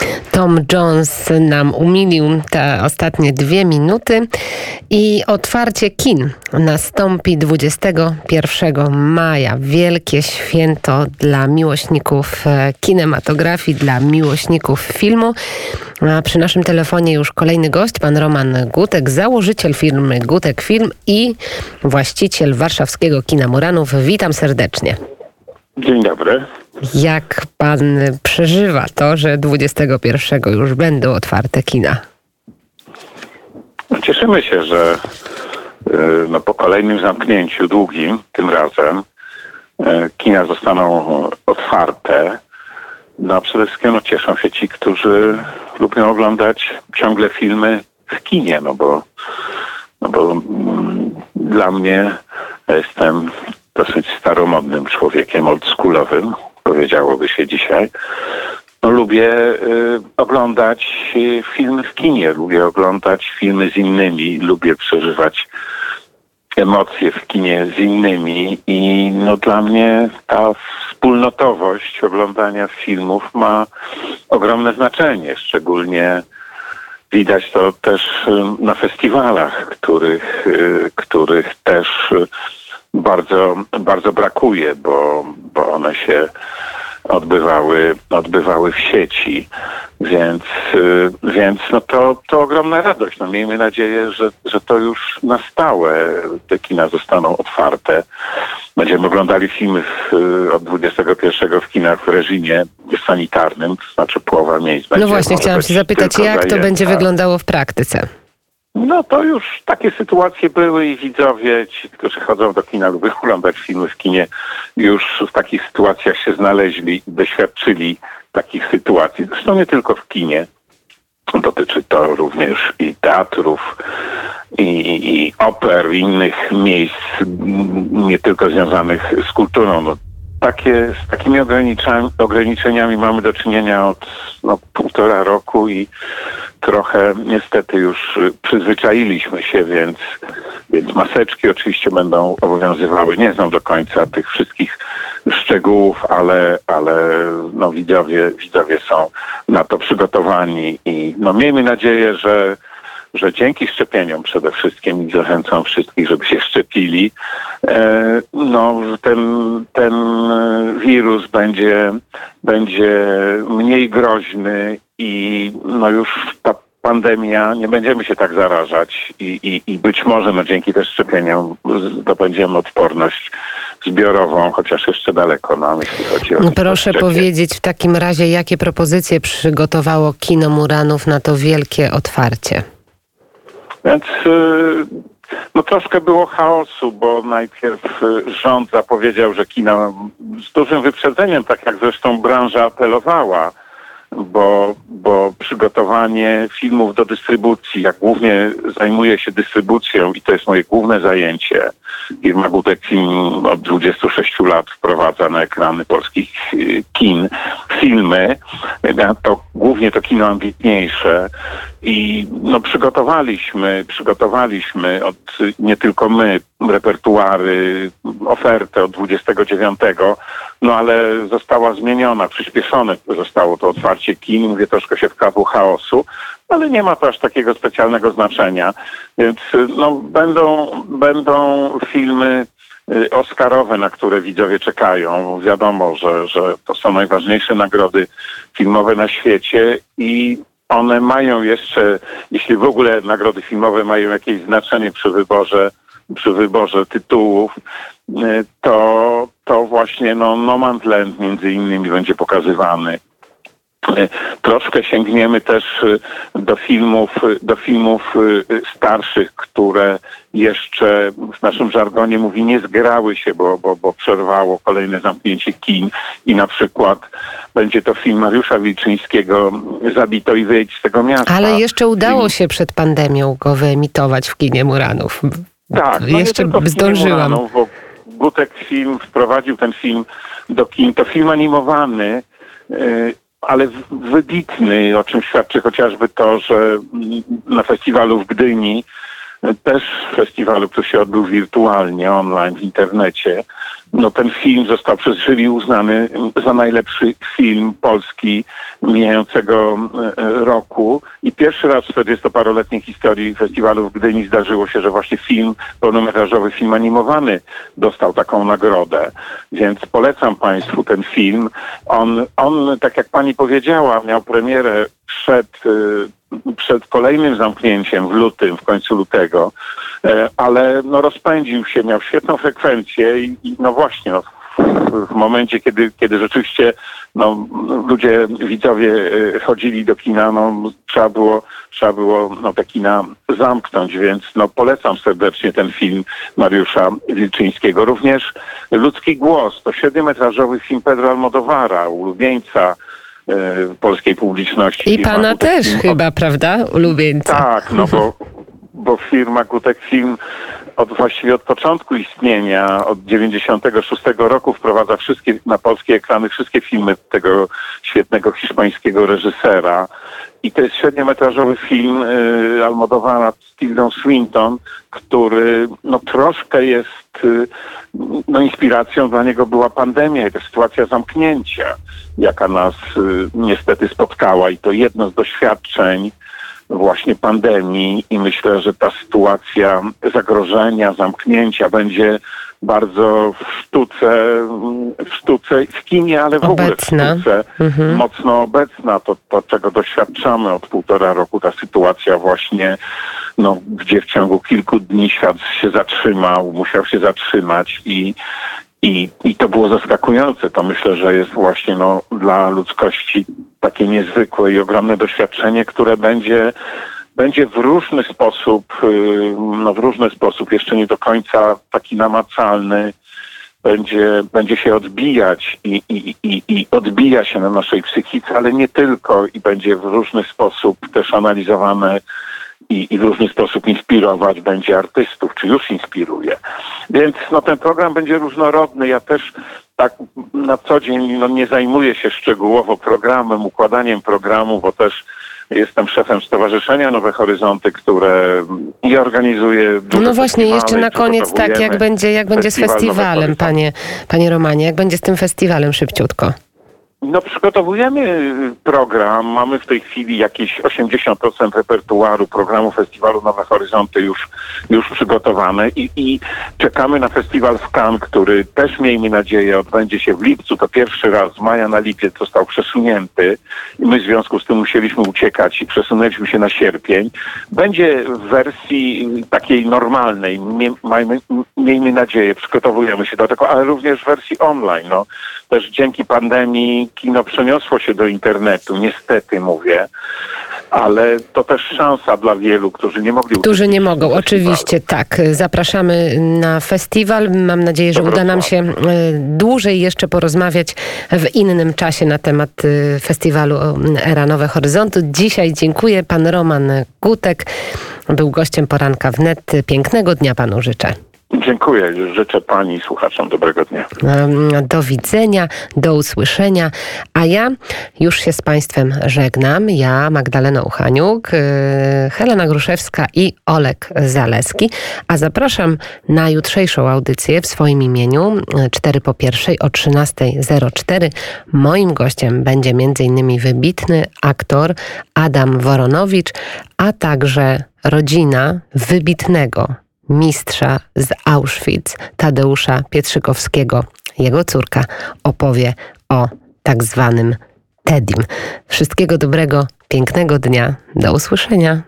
Tom Jones nam umilił te ostatnie 2 minuty i otwarcie kin nastąpi 21 maja. Wielkie święto dla miłośników kinematografii, dla miłośników filmu. A przy naszym telefonie już kolejny gość, pan Roman Gutek, założyciel firmy Gutek Film i właściciel warszawskiego kina Muranów. Witam serdecznie. Dzień dobry. Jak pan przeżywa to, że 21 już będą otwarte kina? Cieszymy się, że po kolejnym zamknięciu długim, tym razem, kina zostaną otwarte. No a przede wszystkim cieszą się ci, którzy lubią oglądać ciągle filmy w kinie, no bo dla mnie, ja jestem dosyć staromodnym człowiekiem, oldschoolowym, powiedziałoby się dzisiaj. No, lubię oglądać filmy w kinie, lubię oglądać filmy z innymi, lubię przeżywać emocje w kinie z innymi i no dla mnie ta wspólnotowość oglądania filmów ma ogromne znaczenie, szczególnie widać to też na festiwalach, których też bardzo brakuje, bo one się odbywały w sieci, więc no to ogromna radość. No miejmy nadzieję, że to już na stałe te kina zostaną otwarte. Będziemy oglądali filmy od 21 w kinach w reżimie sanitarnym, to znaczy połowa miejsc będzie. No właśnie, chciałam się zapytać, jak to będzie wyglądało w praktyce? No to już takie sytuacje były i widzowie, ci, którzy chodzą do kina, lubią oglądać filmy w kinie, już w takich sytuacjach się znaleźli i doświadczyli takich sytuacji. Zresztą nie tylko w kinie. Dotyczy to również i teatrów, i oper, i innych miejsc, nie tylko związanych z kulturą. No, z takimi ograniczeniami mamy do czynienia od 1,5 roku i trochę niestety już przyzwyczailiśmy się, więc maseczki oczywiście będą obowiązywały. Nie znam do końca tych wszystkich szczegółów, ale no widzowie są na to przygotowani i no miejmy nadzieję, że dzięki szczepieniom przede wszystkim i zachęcam wszystkich, żeby się szczepili, no ten wirus będzie mniej groźny i no już ta pandemia, nie będziemy się tak zarażać i być może no dzięki też szczepieniom zdobędziemy odporność zbiorową, chociaż jeszcze daleko nam, jeśli chodzi o... Proszę powiedzieć w takim razie, jakie propozycje przygotowało kino Muranów na to wielkie otwarcie? Więc no troszkę było chaosu, bo najpierw rząd zapowiedział, że kina z dużym wyprzedzeniem, tak jak zresztą branża apelowała, bo przygotowanie filmów do dystrybucji, jak głównie zajmuję się dystrybucją i to jest moje główne zajęcie. Firma Gutek Film od 26 lat wprowadza na ekrany polskich kin filmy. To głównie to kino ambitniejsze i no przygotowaliśmy nie tylko my repertuary, ofertę od 29, no ale została zmieniona, przyspieszone zostało to otwarcie kin, mówię, troszkę się wkradło chaosu, ale nie ma to aż takiego specjalnego znaczenia, więc no będą filmy oscarowe, na które widzowie czekają. Wiadomo, że to są najważniejsze nagrody filmowe na świecie i one mają jeszcze, jeśli w ogóle nagrody filmowe mają jakieś znaczenie przy wyborze tytułów, to właśnie No Man's Land między innymi będzie pokazywany. Troszkę sięgniemy też do filmów starszych, które jeszcze w naszym żargonie mówi nie zgrały się, bo przerwało kolejne zamknięcie kin i na przykład będzie to film Mariusza Wilczyńskiego Zabito i wyjedź z tego miasta. Ale jeszcze udało się przed pandemią go wyemitować w kinie Muranów. Tak, no jeszcze zdążyłam. Muranów, bo Gutek Film wprowadził ten film do kin. To film animowany, ale wybitny, o czym świadczy chociażby to, że na festiwalu w Gdyni, też festiwalu, który się odbył wirtualnie, online, w internecie, no ten film został przez jury uznany za najlepszy film polski mijającego roku i pierwszy raz w 40-paroletniej historii festiwalu w Gdyni zdarzyło się, że właśnie film, pełnometrażowy film animowany dostał taką nagrodę. Więc polecam Państwu ten film. On, tak jak Pani powiedziała, miał premierę przed kolejnym zamknięciem w lutym, w końcu lutego, ale no rozpędził się, miał świetną frekwencję i no właśnie, no, w momencie, kiedy rzeczywiście no, ludzie, widzowie chodzili do kina, no, trzeba było no, te kina zamknąć, więc no, polecam serdecznie ten film Mariusza Wilczyńskiego. Również Ludzki głos to 7-metrażowy film Pedro Almodóvara, ulubieńca polskiej publiczności. I pana też chyba, prawda? Ulubieńca. Tak, no bo firma Gutek Film właściwie od początku istnienia, od 96 roku wprowadza na polskie ekrany wszystkie filmy tego świetnego hiszpańskiego reżysera. I to jest 7-metrażowy film Almodóvara z Tildą Swinton, który no troszkę jest, no inspiracją dla niego była pandemia i ta sytuacja zamknięcia, jaka nas niestety spotkała i to jedno z doświadczeń właśnie pandemii i myślę, że ta sytuacja zagrożenia, zamknięcia będzie bardzo w sztuce, w kinie, ale w ogóle w sztuce mocno obecna. To, czego doświadczamy od 1,5 roku, ta sytuacja właśnie, no, gdzie w ciągu kilku dni świat się zatrzymał, musiał się zatrzymać i to było zaskakujące. To myślę, że jest właśnie no, dla ludzkości takie niezwykłe i ogromne doświadczenie, które będzie w różny sposób, jeszcze nie do końca taki namacalny, będzie się odbijać i odbija się na naszej psychice, ale nie tylko i będzie w różny sposób też analizowane i w różny sposób inspirować będzie artystów, czy już inspiruje. Więc no, ten program będzie różnorodny. Ja też tak na co dzień no, nie zajmuję się szczegółowo programem, układaniem programu, bo też jestem szefem Stowarzyszenia Nowe Horyzonty, które i organizuje duże No właśnie, festiwale, jeszcze na koniec tak, jak będzie z festiwalem, panie Romanie, jak będzie z tym festiwalem szybciutko? No przygotowujemy program, mamy w tej chwili jakieś 80% repertuaru programu Festiwalu Nowe Horyzonty już przygotowane i czekamy na festiwal w Cannes, który też miejmy nadzieję odbędzie się w lipcu, to pierwszy raz z maja na lipiec został przesunięty i my w związku z tym musieliśmy uciekać i przesunęliśmy się na sierpień. Będzie w wersji takiej normalnej, miejmy nadzieję, przygotowujemy się do tego, ale również w wersji online. No, też dzięki pandemii kino przeniosło się do internetu, niestety mówię, ale to też szansa dla wielu, którzy nie mogli uczestniczyć. Którzy nie mogą, oczywiście, tak. Zapraszamy na festiwal. Mam nadzieję, że uda nam się dłużej jeszcze porozmawiać w innym czasie na temat festiwalu Era Nowe Horyzonty. Dzisiaj dziękuję. Pan Roman Gutek był gościem Poranka Wnet. Pięknego dnia panu życzę. Dziękuję. Życzę pani i słuchaczom dobrego dnia. Do widzenia, do usłyszenia. A ja już się z państwem żegnam. Ja, Magdalena Uchaniuk, Helena Gruszewska i Olek Zaleski. A zapraszam na jutrzejszą audycję w swoim imieniu 4 po 1 o 13:04. Moim gościem będzie m.in. wybitny aktor Adam Woronowicz, a także rodzina wybitnego mistrza z Auschwitz, Tadeusza Pietrzykowskiego. Jego córka opowie o tak zwanym Tedim. Wszystkiego dobrego, pięknego dnia. Do usłyszenia.